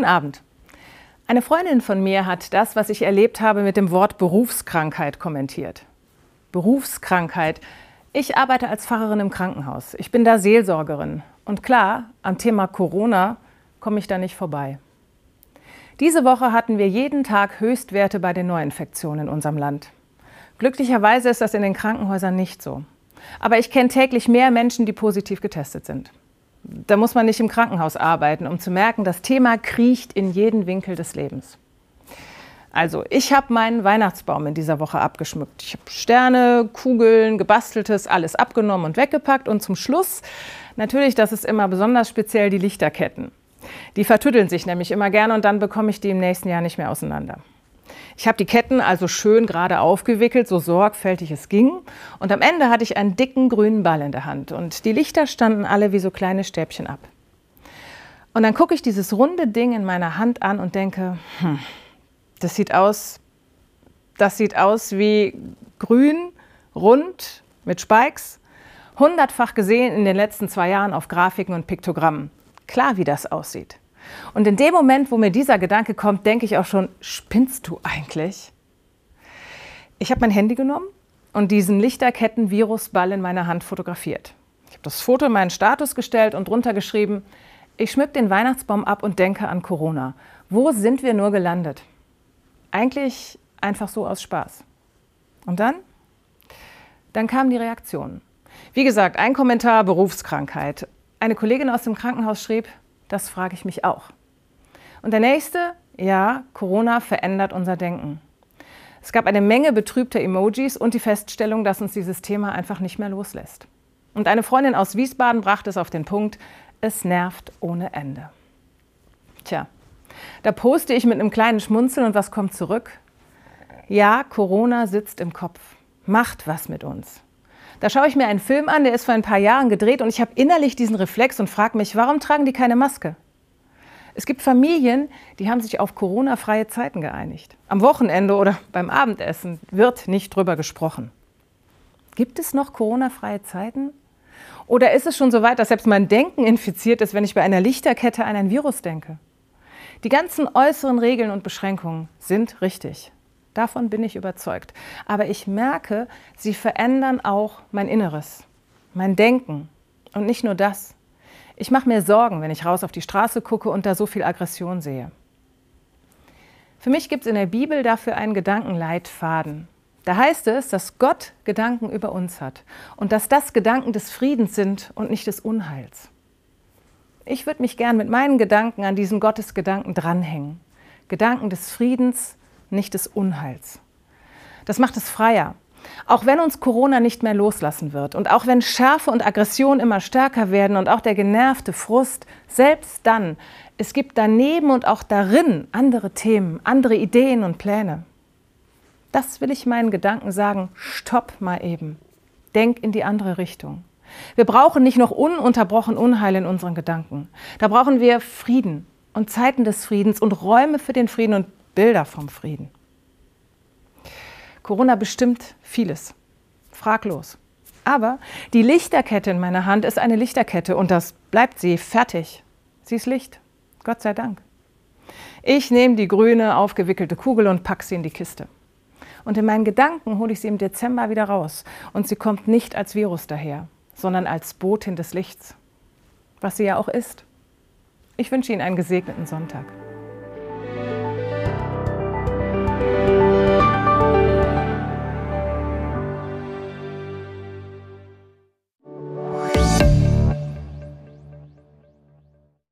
Guten Abend. Eine Freundin von mir hat das, was ich erlebt habe, mit dem Wort Berufskrankheit kommentiert. Berufskrankheit. Ich arbeite als Pfarrerin im Krankenhaus. Ich bin da Seelsorgerin. Und klar, am Thema Corona komme ich da nicht vorbei. Diese Woche hatten wir jeden Tag Höchstwerte bei den Neuinfektionen in unserem Land. Glücklicherweise ist das in den Krankenhäusern nicht so. Aber ich kenne täglich mehr Menschen, die positiv getestet sind. Da muss man nicht im Krankenhaus arbeiten, um zu merken, das Thema kriecht in jeden Winkel des Lebens. Also, ich habe meinen Weihnachtsbaum in dieser Woche abgeschmückt. Ich habe Sterne, Kugeln, Gebasteltes, alles abgenommen und weggepackt. Und zum Schluss, natürlich, das ist immer besonders speziell, die Lichterketten. Die vertüddeln sich nämlich immer gerne und dann bekomme ich die im nächsten Jahr nicht mehr auseinander. Ich habe die Ketten also schön gerade aufgewickelt, so sorgfältig es ging. Und am Ende hatte ich einen dicken grünen Ball in der Hand. Und die Lichter standen alle wie so kleine Stäbchen ab. Und dann gucke ich dieses runde Ding in meiner Hand an und denke, das sieht aus wie grün, rund, mit Spikes. 100-fach gesehen in den letzten 2 Jahren auf Grafiken und Piktogrammen. Klar, wie das aussieht. Und in dem Moment, wo mir dieser Gedanke kommt, denke ich auch schon, spinnst du eigentlich? Ich habe mein Handy genommen und diesen Lichterketten-Virusball in meiner Hand fotografiert. Ich habe das Foto in meinen Status gestellt und drunter geschrieben, ich schmück den Weihnachtsbaum ab und denke an Corona. Wo sind wir nur gelandet? Eigentlich einfach so aus Spaß. Und dann kamen die Reaktionen. Wie gesagt, ein Kommentar, Berufskrankheit. Eine Kollegin aus dem Krankenhaus schrieb, das frage ich mich auch. Und der nächste, ja, Corona verändert unser Denken. Es gab eine Menge betrübter Emojis und die Feststellung, dass uns dieses Thema einfach nicht mehr loslässt. Und eine Freundin aus Wiesbaden brachte es auf den Punkt, es nervt ohne Ende. Tja, da poste ich mit einem kleinen Schmunzeln und was kommt zurück? Ja, Corona sitzt im Kopf, macht was mit uns. Da schaue ich mir einen Film an, der ist vor ein paar Jahren gedreht und ich habe innerlich diesen Reflex und frage mich, warum tragen die keine Maske? Es gibt Familien, die haben sich auf Corona-freie Zeiten geeinigt. Am Wochenende oder beim Abendessen wird nicht drüber gesprochen. Gibt es noch Corona-freie Zeiten? Oder ist es schon so weit, dass selbst mein Denken infiziert ist, wenn ich bei einer Lichterkette an ein Virus denke? Die ganzen äußeren Regeln und Beschränkungen sind richtig. Davon bin ich überzeugt. Aber ich merke, sie verändern auch mein Inneres, mein Denken. Und nicht nur das. Ich mache mir Sorgen, wenn ich raus auf die Straße gucke und da so viel Aggression sehe. Für mich gibt es in der Bibel dafür einen Gedankenleitfaden. Da heißt es, dass Gott Gedanken über uns hat und dass das Gedanken des Friedens sind und nicht des Unheils. Ich würde mich gern mit meinen Gedanken an diesen Gottesgedanken dranhängen. Gedanken des Friedens, nicht des Unheils. Das macht es freier. Auch wenn uns Corona nicht mehr loslassen wird und auch wenn Schärfe und Aggression immer stärker werden und auch der genervte Frust, selbst dann, es gibt daneben und auch darin andere Themen, andere Ideen und Pläne. Das will ich meinen Gedanken sagen, stopp mal eben. Denk in die andere Richtung. Wir brauchen nicht noch ununterbrochen Unheil in unseren Gedanken. Da brauchen wir Frieden und Zeiten des Friedens und Räume für den Frieden und Bilder vom Frieden. Corona bestimmt vieles, fraglos. Aber die Lichterkette in meiner Hand ist eine Lichterkette und das bleibt sie, fertig. Sie ist Licht, Gott sei Dank. Ich nehme die grüne, aufgewickelte Kugel und packe sie in die Kiste. Und in meinen Gedanken hole ich sie im Dezember wieder raus. Und sie kommt nicht als Virus daher, sondern als Botin des Lichts, was sie ja auch ist. Ich wünsche Ihnen einen gesegneten Sonntag.